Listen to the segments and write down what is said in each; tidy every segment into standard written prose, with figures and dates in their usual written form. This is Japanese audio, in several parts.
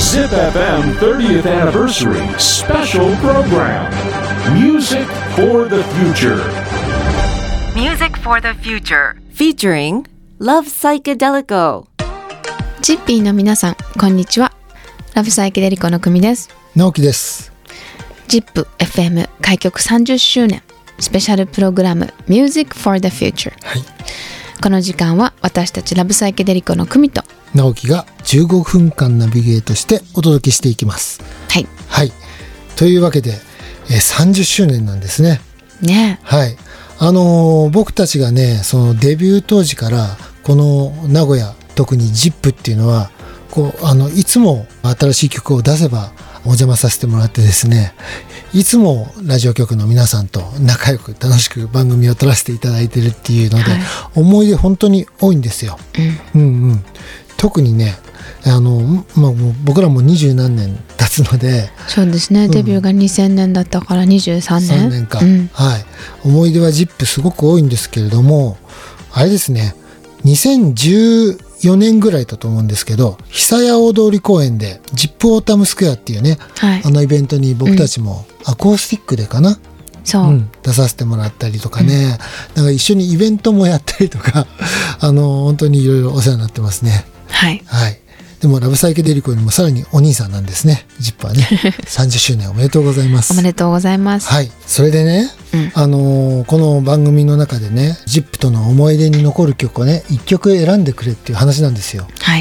Zip FM 30th Anniversary Special Program Music for the Future Music for the Future Featuring Love Psychedelico。 ジッピーの皆さんこんにちは。ラブサイケデリコの久美です。 直樹です。 ZIP FM 開局30周年スペシャルプログラム Music for the Future、 はい、 この時間は私たちラブサイケデリコの久美と直樹が15分間ナビゲートしてお届けしていきます。 はい、 はい、というわけで、30周年なんですね。 ね。 はい、僕たちがねそのデビュー当時からこの名古屋特に ZIP っていうのはこういつも新しい曲を出せばお邪魔させてもらってですね、いつもラジオ局の皆さんと仲良く楽しく番組を撮らせていただいてるっていうので、はい、思い出本当に多いんですよ。特にね僕らも20何年経つので。 そうですね、デビューが2000年だったから23年。 3年か、はい、思い出は ZIP すごく多いんですけれども、あれですね、2014年ぐらいだと思うんですけど、久屋大通公園で ZIP オータムスクエアっていうね、はい、イベントに僕たちもアコースティックでかな、出させてもらったりとかね、なんか一緒にイベントもやったりとか本当にいろいろお世話になってますね。はい、はい、でもラブサイケデリコにもさらにお兄さんなんですね。 ZIP はね30周年おめでとうございます。 おめでとうございます。 はい、それでね、この番組の中でね ZIP との思い出に残る曲をね1曲選んでくれっていう話なんですよ。はい。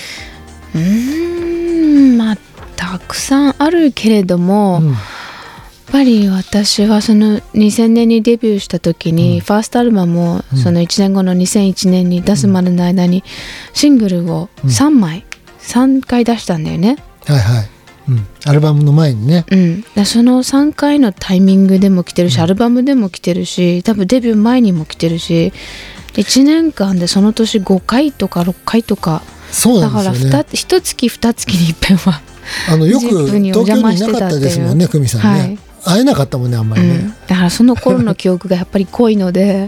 まあたくさんあるけれども、やっぱり私はその2000年にデビューした時に、ファーストアルバムをその1年後の2001年に出すまでの間にシングルを3回出したんだよね。はいはい、 アルバムの前にね。 その3回のタイミングでも来てるし、アルバムでも来てるし、多分デビュー前にも来てるし、1年間でその年5回とか6回とか。 そうなんですよね。 だから1月2月に一遍はよく東京にいなかったですもんね、久美さんね。はい、会えなかったもんね、あんまりね。 だからその頃の記憶がやっぱり濃いので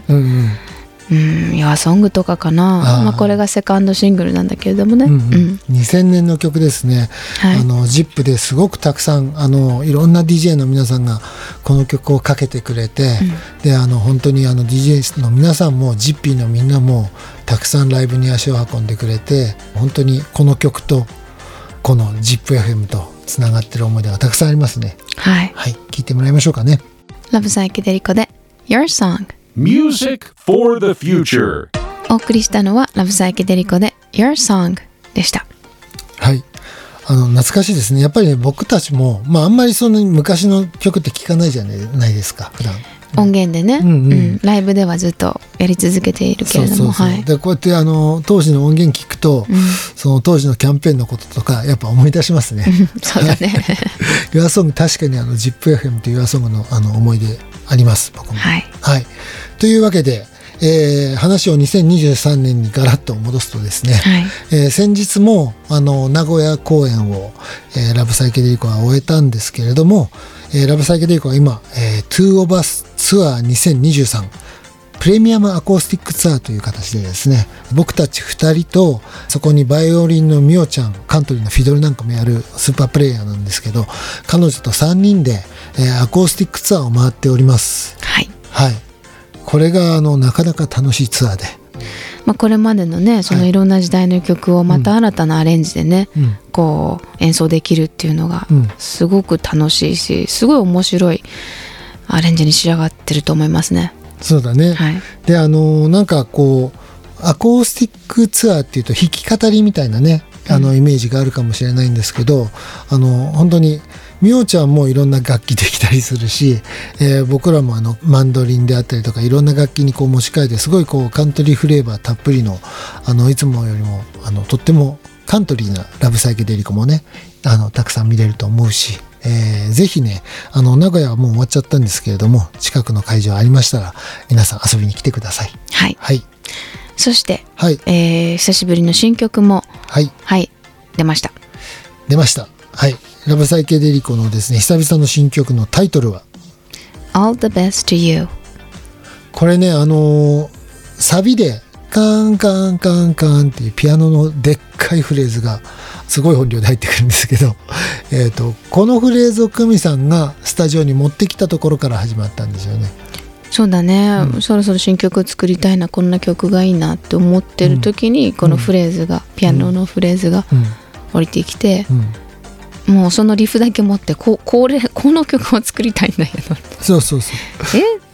Your Song とかかな。これがセカンドシングルなんだけれどもね。 2000年の曲ですね。はい、ZIP ですごくたくさんいろんな DJ の皆さんがこの曲をかけてくれて、で本当にDJ の皆さんも ZIP のみんなもたくさんライブに足を運んでくれて、本当にこの曲とこの ZIP-FM とつながってる思い出がたくさんありますね。はい、はい、聞いてもらいましょうかね。 ラブサイケデリコで Your Song Music for the Future。 お送りしたのはラブサイケデリコで Your Song でした。 はい、懐かしいですね。やっぱりね、僕たちもあんまりそんなに昔の曲って聞かないじゃないですか、普段。 音源でね、ライブではずっとやり続けているけれども、 でこうやって当時の音源聞くと、その当時のキャンペーンのこととかやっぱ思い出しますね。 そうだね。 Your Song 確かにZIP-FM という Your Song の思い出あります、僕も。はい、はい、というわけで、話を2023年にガラッと戻すとですね、先日も名古屋公演を、ラブサイケデリコは終えたんですけれども、ラブサイケデリコは今、2 of Us ツアー2023プレミアムアコースティックツアーという形でですね、僕たち2人とそこにバイオリンのみおちゃん、カントリーのフィドルなんかもやるスーパープレイヤーなんですけど、彼女と3人で、アコースティックツアーを回っております。はい、はい、これがなかなか楽しいツアーで、 これまでのね、そのいろんな時代の曲をまた新たなアレンジでね、こう演奏できるっていうのがすごく楽しいし、すごい面白いアレンジに仕上がってると思いますね。 そうだね。はい、でなんかこうアコースティックツアーっていうと弾き語りみたいなね、イメージがあるかもしれないんですけど、本当にみおちゃんもいろんな楽器できたりするし、僕らもマンドリンであったりとかいろんな楽器にこう持ち替えて、すごいこうカントリーフレーバーたっぷりのいつもよりもとってもカントリーなラブサイケデリコもねたくさん見れると思うし、ぜひね名古屋はもう終わっちゃったんですけれども、近くの会場ありましたら皆さん遊びに来てください。はい、はい、 そして、はい、久しぶりの新曲も、はいはい、出ました。 はい、ラブサイケデリコのですね久々の新曲のタイトルは All the best to you。 これねサビでカンカンカンカンっていうピアノのでっかいフレーズがすごい本量で入ってくるんですけど、このフレーズを久美さんがスタジオに持ってきたところから始まったんですよね。 そうだね、そろそろ新曲作りたいな、こんな曲がいいなって思ってる時に、このフレーズが、ピアノのフレーズが降りてきて、もうそのリフだけ持ってこの曲を作りたいんだけど、 そうそうそう、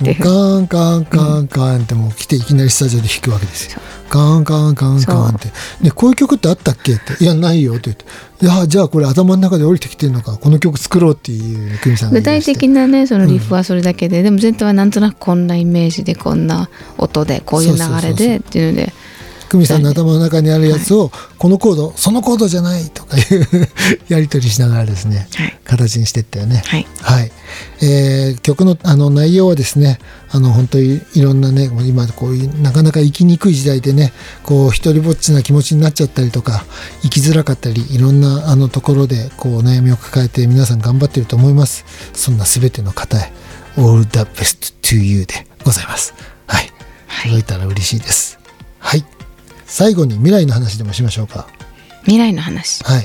ってカーンカーンカーンカーンってもう来ていきなりスタジオで弾くわけですよ。カーンカーンカーンカーンって、ね、こういう曲ってあったっけって、いやないよって言って、じゃあこれ頭の中で降りてきてるのか、この曲作ろうっていう久美さんが具体的なねそのリフはそれだけで、でも全体はなんとなくこんなイメージで、こんな音で、こういう流れでっていうので、 久美さんの頭の中にあるやつを、このコード、そのコードじゃないとかいうやり取りしながらですね、形にしていったよね。曲の内容はですね、本当にいろんなね、今こういうなかなか生きにくい時代でね、こう一人ぼっちな気持ちになっちゃったりとか、生きづらかったり、いろんなところでこう悩みを抱えて皆さん頑張っていると思います。そんなすべての方へ All the best to you でございます。はい、届いたら嬉しいです。はい、最後に未来の話でもしましょうか。 未来の話、 はい、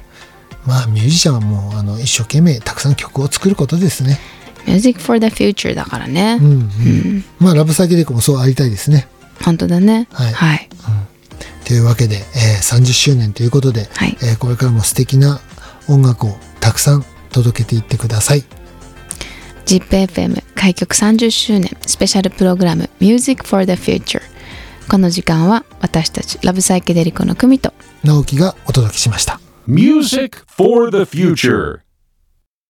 まあミュージシャンはもう一生懸命たくさん曲を作ることですね。 Music for the future だからね。 まあラブサイケデリコもそうありたいですね。 本当だね。 というわけで、30周年ということで、これからも素敵な音楽をたくさん届けていってください。 ZIPFM 開局30周年スペシャルプログラム Music for the future。この時間は私たちラブサイケデリコの久美と直樹がお届けしました。 Music for the future